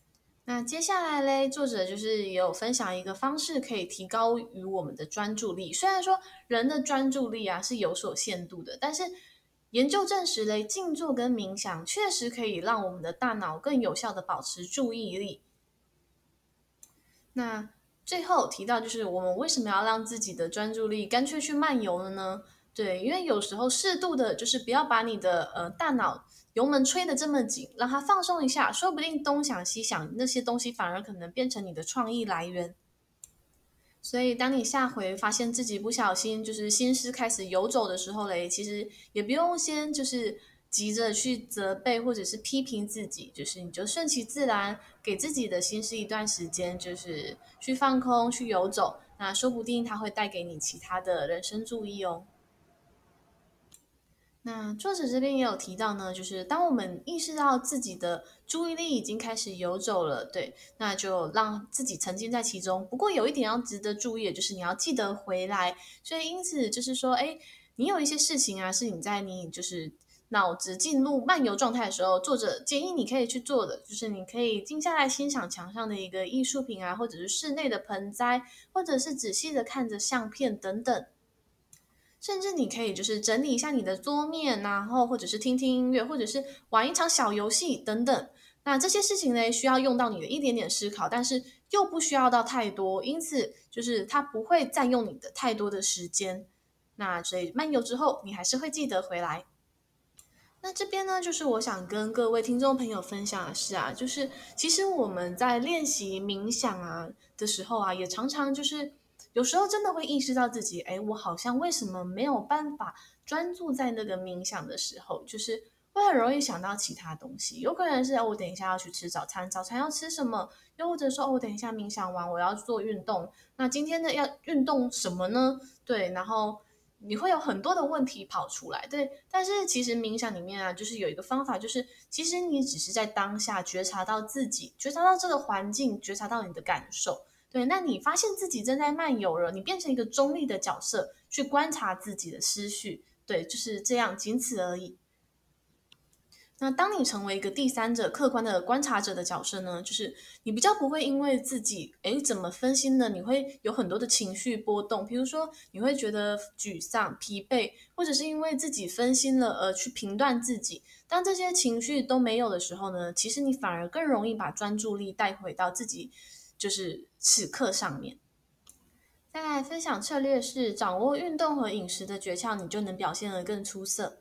A: 那接下来嘞，作者就是也有分享一个方式，可以提高于我们的专注力。虽然说人的专注力啊是有所限度的，但是研究证实嘞，静坐跟冥想确实可以让我们的大脑更有效的保持注意力。那最后提到就是我们为什么要让自己的专注力干脆去漫游了呢？对，因为有时候适度的，就是不要把你的大脑油门吹得这么紧，让它放松一下，说不定东想西想，那些东西反而可能变成你的创意来源。所以，当你下回发现自己不小心就是心思开始游走的时候嘞，其实也不用先就是急着去责备或者是批评自己，就是你就顺其自然，给自己的心思一段时间，就是去放空、去游走，那说不定它会带给你其他的人生注意哦。那作者这边也有提到呢，就是当我们意识到自己的注意力已经开始游走了，对，那就让自己沉浸在其中。不过有一点要值得注意的，就是你要记得回来。所以因此就是说，你有一些事情啊，是你在你就是脑子进入漫游状态的时候，作者建议你可以去做的，就是你可以静下来欣赏墙上的一个艺术品啊，或者是室内的盆栽，或者是仔细的看着相片等等。甚至你可以就是整理一下你的桌面，然后或者是听听音乐，或者是玩一场小游戏等等。那这些事情呢，需要用到你的一点点思考，但是又不需要到太多，因此就是它不会占用你的太多的时间。那所以漫游之后，你还是会记得回来。那这边呢，就是我想跟各位听众朋友分享的是啊，就是其实我们在练习冥想啊的时候啊，也常常就是有时候真的会意识到自己，我好像为什么没有办法专注在那个冥想的时候，就是会很容易想到其他东西，有可能是我等一下要去吃早餐，早餐要吃什么？又或者说我等一下冥想完我要做运动，那今天的要运动什么呢？对，然后你会有很多的问题跑出来，对。但是其实冥想里面啊，就是有一个方法，就是其实你只是在当下觉察到自己，觉察到这个环境，觉察到你的感受。对，那你发现自己正在漫游了，你变成一个中立的角色，去观察自己的思绪。对，就是这样，仅此而已。那当你成为一个第三者、客观的观察者的角色呢，就是你比较不会因为自己怎么分心呢？你会有很多的情绪波动，比如说你会觉得沮丧、疲惫，或者是因为自己分心了而去评断自己。当这些情绪都没有的时候呢，其实你反而更容易把专注力带回到自己就是此刻上面。再来分享策略是掌握运动和饮食的诀窍，你就能表现得更出色。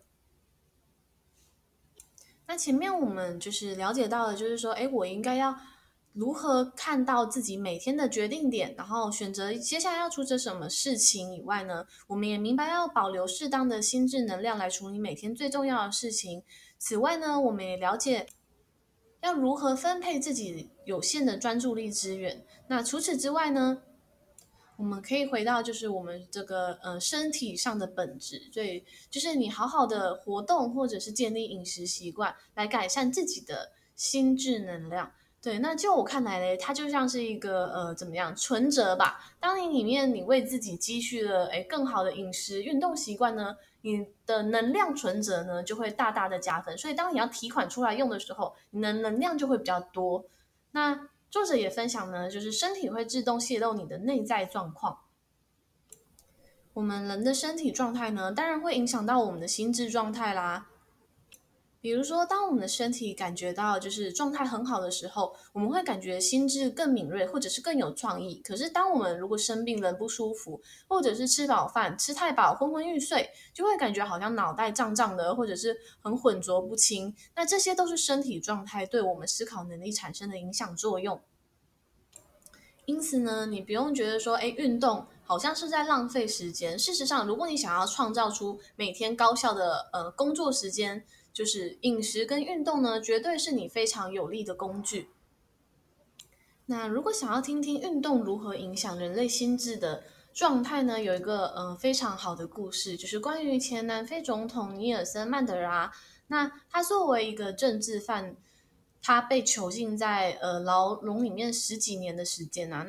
A: 那前面我们就是了解到的，就是说，我应该要如何看到自己每天的决定点，然后选择接下来要处理什么事情以外呢，我们也明白要保留适当的心智能量来处理每天最重要的事情。此外呢，我们也了解要如何分配自己有限的专注力资源。那除此之外呢，我们可以回到就是我们这个身体上的本质，对，就是你好好的活动或者是建立饮食习惯，来改善自己的心智能量。对，那就我看来呢，它就像是一个怎么样存折吧。当你里面你为自己积蓄了更好的饮食运动习惯呢，你的能量存折呢就会大大的加分。所以当你要提款出来用的时候，你的能量就会比较多。那作者也分享呢，就是身体会自动泄露你的内在状况。我们人的身体状态呢，当然会影响到我们的心智状态啦。比如说，当我们的身体感觉到就是状态很好的时候，我们会感觉心智更敏锐，或者是更有创意。可是，当我们如果生病、人不舒服，或者是吃饱饭吃太饱、昏昏欲睡，就会感觉好像脑袋胀胀的，或者是很浑浊不清。那这些都是身体状态对我们思考能力产生的影响作用。因此呢，你不用觉得说，运动好像是在浪费时间。事实上，如果你想要创造出每天高效的工作时间，就是饮食跟运动呢，绝对是你非常有利的工具。那如果想要听听运动如何影响人类心智的状态呢，有一个非常好的故事，就是关于前南非总统尼尔森曼德拉。那他作为一个政治犯，他被囚禁在牢笼里面十几年的时间啊。那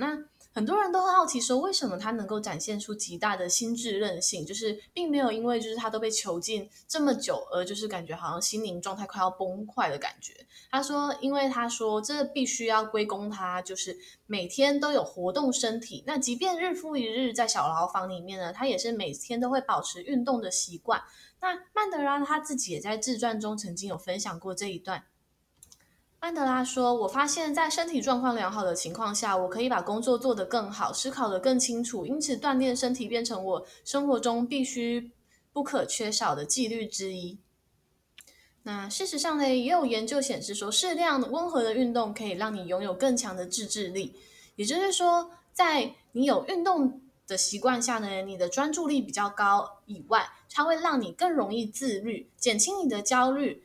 A: 很多人都会好奇说，为什么他能够展现出极大的心智韧性，就是并没有因为就是他都被囚禁这么久而就是感觉好像心灵状态快要崩坏的感觉。他说，因为他说这必须要归功他就是每天都有活动身体，那即便日复一日在小牢房里面呢，他也是每天都会保持运动的习惯。那曼德拉他自己也在自传中曾经有分享过这一段。曼德拉说，我发现在身体状况良好的情况下，我可以把工作做得更好，思考得更清楚，因此锻炼身体变成我生活中必须不可缺少的纪律之一。那事实上呢，也有研究显示说，适量温和的运动可以让你拥有更强的自制力。也就是说，在你有运动的习惯下呢，你的专注力比较高以外，它会让你更容易自律，减轻你的焦虑。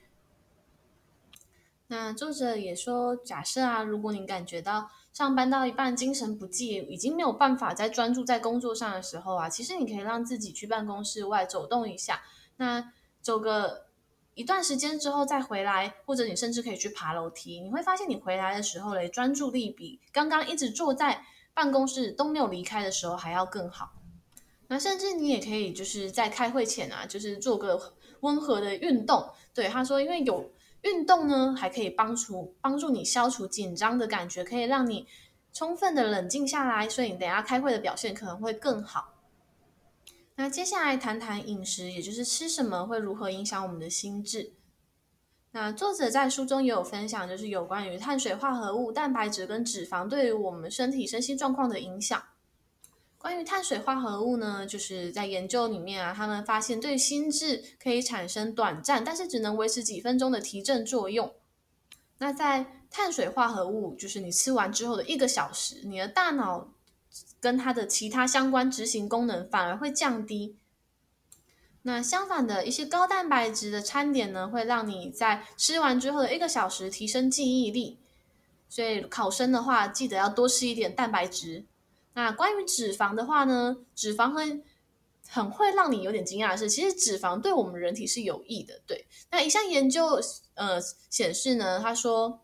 A: 那作者也说，假设啊，如果你感觉到上班到一半精神不济，已经没有办法再专注在工作上的时候啊，其实你可以让自己去办公室外走动一下。那走个一段时间之后再回来，或者你甚至可以去爬楼梯，你会发现你回来的时候嘞，专注力比刚刚一直坐在办公室都没有离开的时候还要更好。那甚至你也可以就是在开会前啊，就是做个温和的运动。对，他说，因为有运动呢，还可以帮助你消除紧张的感觉，可以让你充分的冷静下来，所以你等一下开会的表现可能会更好。那接下来谈谈饮食，也就是吃什么会如何影响我们的心智。那作者在书中也有分享，就是有关于碳水化合物、蛋白质跟脂肪对于我们身体身心状况的影响。关于碳水化合物呢，就是在研究里面啊，他们发现对心智可以产生短暂，但是只能维持几分钟的提振作用。那在碳水化合物，就是你吃完之后的1个小时，你的大脑跟它的其他相关执行功能反而会降低。那相反的，一些高蛋白质的餐点呢，会让你在吃完之后的1个小时提升记忆力。所以考生的话，记得要多吃一点蛋白质。那关于脂肪的话呢，脂肪很会让你有点惊讶的是，其实脂肪对我们人体是有益的。对，那一项研究显示呢，他说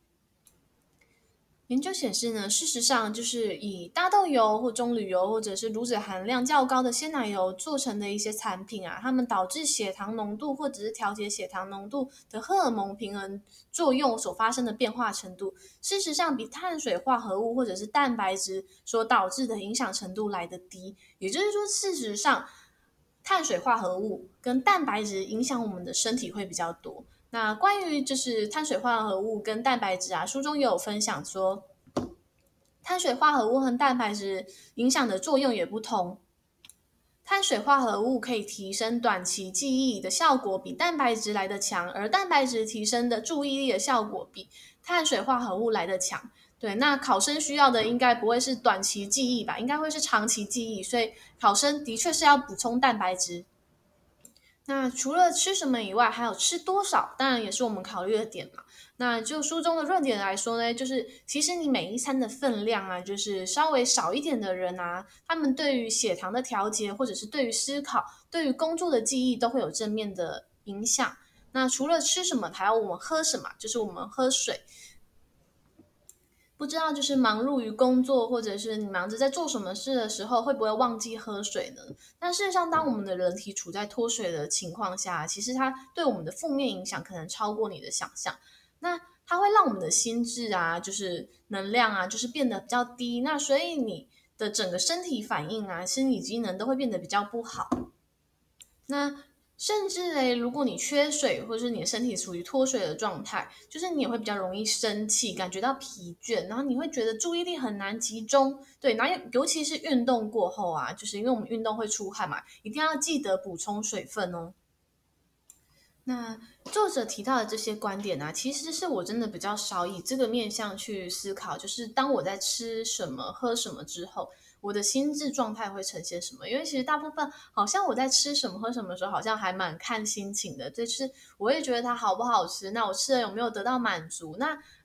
A: 研究显示呢，事实上就是以大豆油或棕榈油或者是乳脂含量较高的鲜奶油做成的一些产品啊，它们导致血糖浓度或者是调节血糖浓度的荷尔蒙平衡作用所发生的变化程度，事实上比碳水化合物或者是蛋白质所导致的影响程度来得低。也就是说，事实上碳水化合物跟蛋白质影响我们的身体会比较多。那关于就是碳水化合物跟蛋白质啊，书中也有分享说，碳水化合物和蛋白质影响的作用也不同。碳水化合物可以提升短期记忆的效果比蛋白质来得强，而蛋白质提升的注意力的效果比碳水化合物来得强。对，那考生需要的应该不会是短期记忆吧，应该会是长期记忆，所以考生的确是要补充蛋白质。那除了吃什么以外，还有吃多少，当然也是我们考虑的点嘛。那就书中的论点来说呢，就是其实你每一餐的分量啊，就是稍微少一点的人啊，他们对于血糖的调节，或者是对于思考、对于工作的记忆都会有正面的影响。那除了吃什么，还有我们喝什么，就是我们喝水。不知道就是忙碌于工作，或者是你忙着在做什么事的时候，会不会忘记喝水呢？但事实上，当我们的人体处在脱水的情况下，其实它对我们的负面影响可能超过你的想象。那它会让我们的心智啊，就是能量啊，就是变得比较低。那所以你的整个身体反应啊，心理机能都会变得比较不好。那甚至如果你缺水，或者是你的身体处于脱水的状态，就是你也会比较容易生气，感觉到疲倦，然后你会觉得注意力很难集中。对，然后尤其是运动过后啊，就是因为我们运动会出汗嘛，一定要记得补充水分哦。那作者提到的这些观点啊，其实是我真的比较少以这个面向去思考，就是当我在吃什么、喝什么之后，我的心智状态会呈现什么？因为其实大部分好像我在吃什么、喝什么的时候，好像还蛮看心情的。就是我会觉得它好不好吃，那我吃了有没有得到满足？那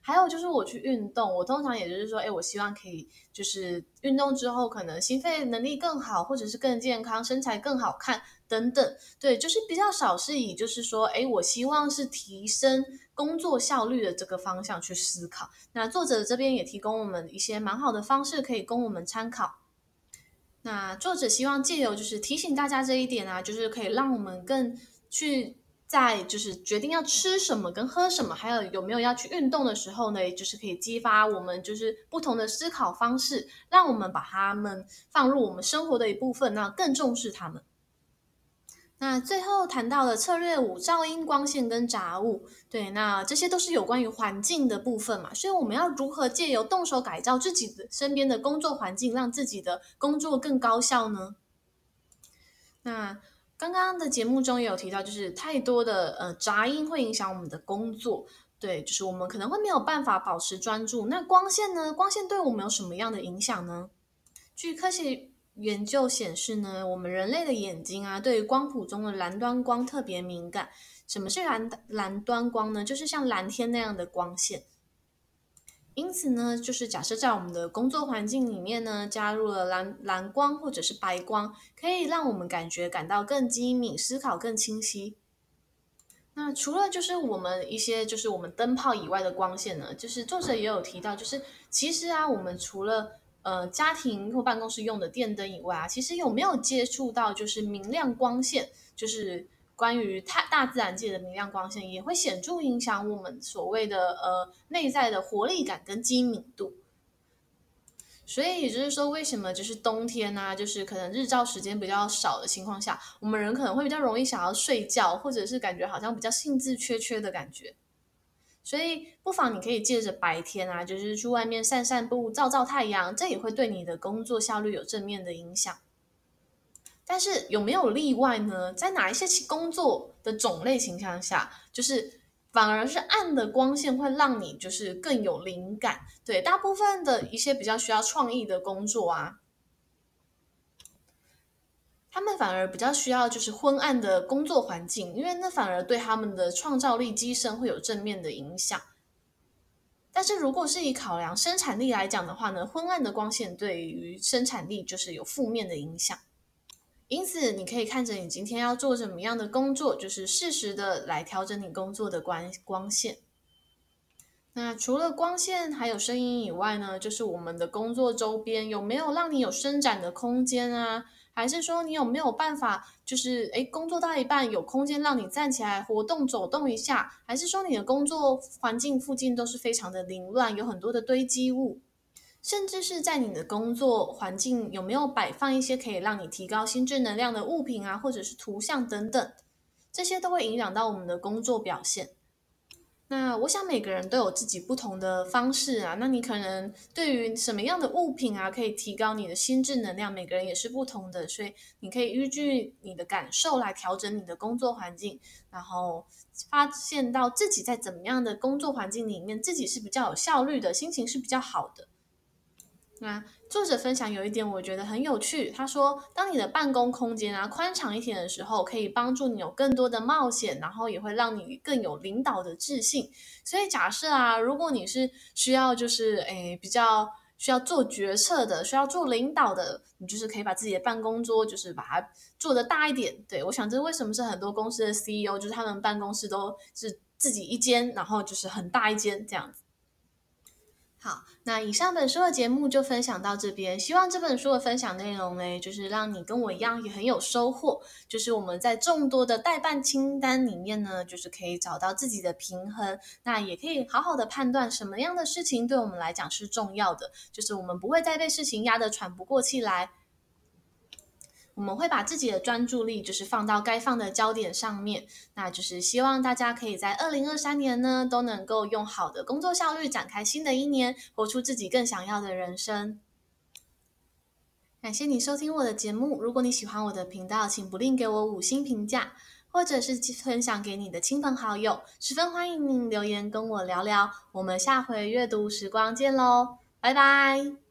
A: 还有就是我去运动，我通常也就是说，我希望可以就是运动之后可能心肺能力更好，或者是更健康，身材更好看等等。对，就是比较少是以就是说，我希望是提升工作效率的这个方向去思考。那作者这边也提供我们一些蛮好的方式可以供我们参考。那作者希望借由就是提醒大家这一点啊，就是可以让我们更去在就是决定要吃什么跟喝什么，还有没有要去运动的时候呢，就是可以激发我们就是不同的思考方式，让我们把它们放入我们生活的一部分，那更重视它们。那最后谈到了策略5，噪音、光线跟杂物。对，那这些都是有关于环境的部分嘛，所以我们要如何借由动手改造自己的身边的工作环境，让自己的工作更高效呢？那刚刚的节目中也有提到，就是太多的杂音会影响我们的工作。对，就是我们可能会没有办法保持专注。那光线呢？光线对我们有什么样的影响呢？据科学研究显示呢，我们人类的眼睛啊，对于光谱中的蓝端光特别敏感。什么是蓝端光呢？就是像蓝天那样的光线。因此呢，就是假设在我们的工作环境里面呢，加入了蓝光或者是白光，可以让我们感到更机敏，思考更清晰。那除了就是我们一些就是我们灯泡以外的光线呢，就是作者也有提到，就是其实啊，我们除了家庭或办公室用的电灯以外啊，其实有没有接触到就是明亮光线，就是关于大自然界的明亮光线，也会显著影响我们所谓的内在的活力感跟机敏度。所以也就是说，为什么就是冬天啊，就是可能日照时间比较少的情况下，我们人可能会比较容易想要睡觉，或者是感觉好像比较兴致缺缺的感觉。所以不妨你可以借着白天啊，就是去外面散散步、照太阳，这也会对你的工作效率有正面的影响。但是有没有例外呢？在哪一些工作的种类情况下，就是反而是暗的光线会让你就是更有灵感？对，大部分的一些比较需要创意的工作啊，他们反而比较需要就是昏暗的工作环境，因为那反而对他们的创造力提升会有正面的影响。但是如果是以考量生产力来讲的话呢，昏暗的光线对于生产力就是有负面的影响。因此，你可以看着你今天要做什么样的工作，就是适时的来调整你工作的光线。那除了光线还有声音以外呢，就是我们的工作周边有没有让你有伸展的空间啊？还是说你有没有办法，就是工作到一半有空间让你站起来活动走动一下？还是说你的工作环境附近都是非常的凌乱，有很多的堆积物？甚至是在你的工作环境有没有摆放一些可以让你提高心智能量的物品啊，或者是图像等等，这些都会影响到我们的工作表现。那我想每个人都有自己不同的方式啊，那你可能对于什么样的物品啊，可以提高你的心智能量，每个人也是不同的，所以你可以依据你的感受来调整你的工作环境，然后发现到自己在怎么样的工作环境里面，自己是比较有效率的，心情是比较好的。那作者分享有一点我觉得很有趣，他说当你的办公空间啊宽敞一点的时候，可以帮助你有更多的冒险，然后也会让你更有领导的自信。所以假设啊，如果你是需要就是比较需要做决策的，需要做领导的，你就是可以把自己的办公桌就是把它做得大一点。对，我想这为什么是很多公司的 CEO 就是他们办公室都是自己一间，然后就是很大一间这样子。好，那以上本书的节目就分享到这边。希望这本书的分享内容呢，就是让你跟我一样也很有收获。就是我们在众多的待办清单里面呢，就是可以找到自己的平衡。那也可以好好的判断什么样的事情对我们来讲是重要的，就是我们不会再被事情压得喘不过气来。我们会把自己的专注力就是放到该放的焦点上面，那就是希望大家可以在2023年呢都能够用好的工作效率展开新的一年，活出自己更想要的人生。感谢你收听我的节目，如果你喜欢我的频道，请不吝给我5星评价，或者是分享给你的亲朋好友，十分欢迎您留言跟我聊聊。我们下回阅读时光见喽，拜拜。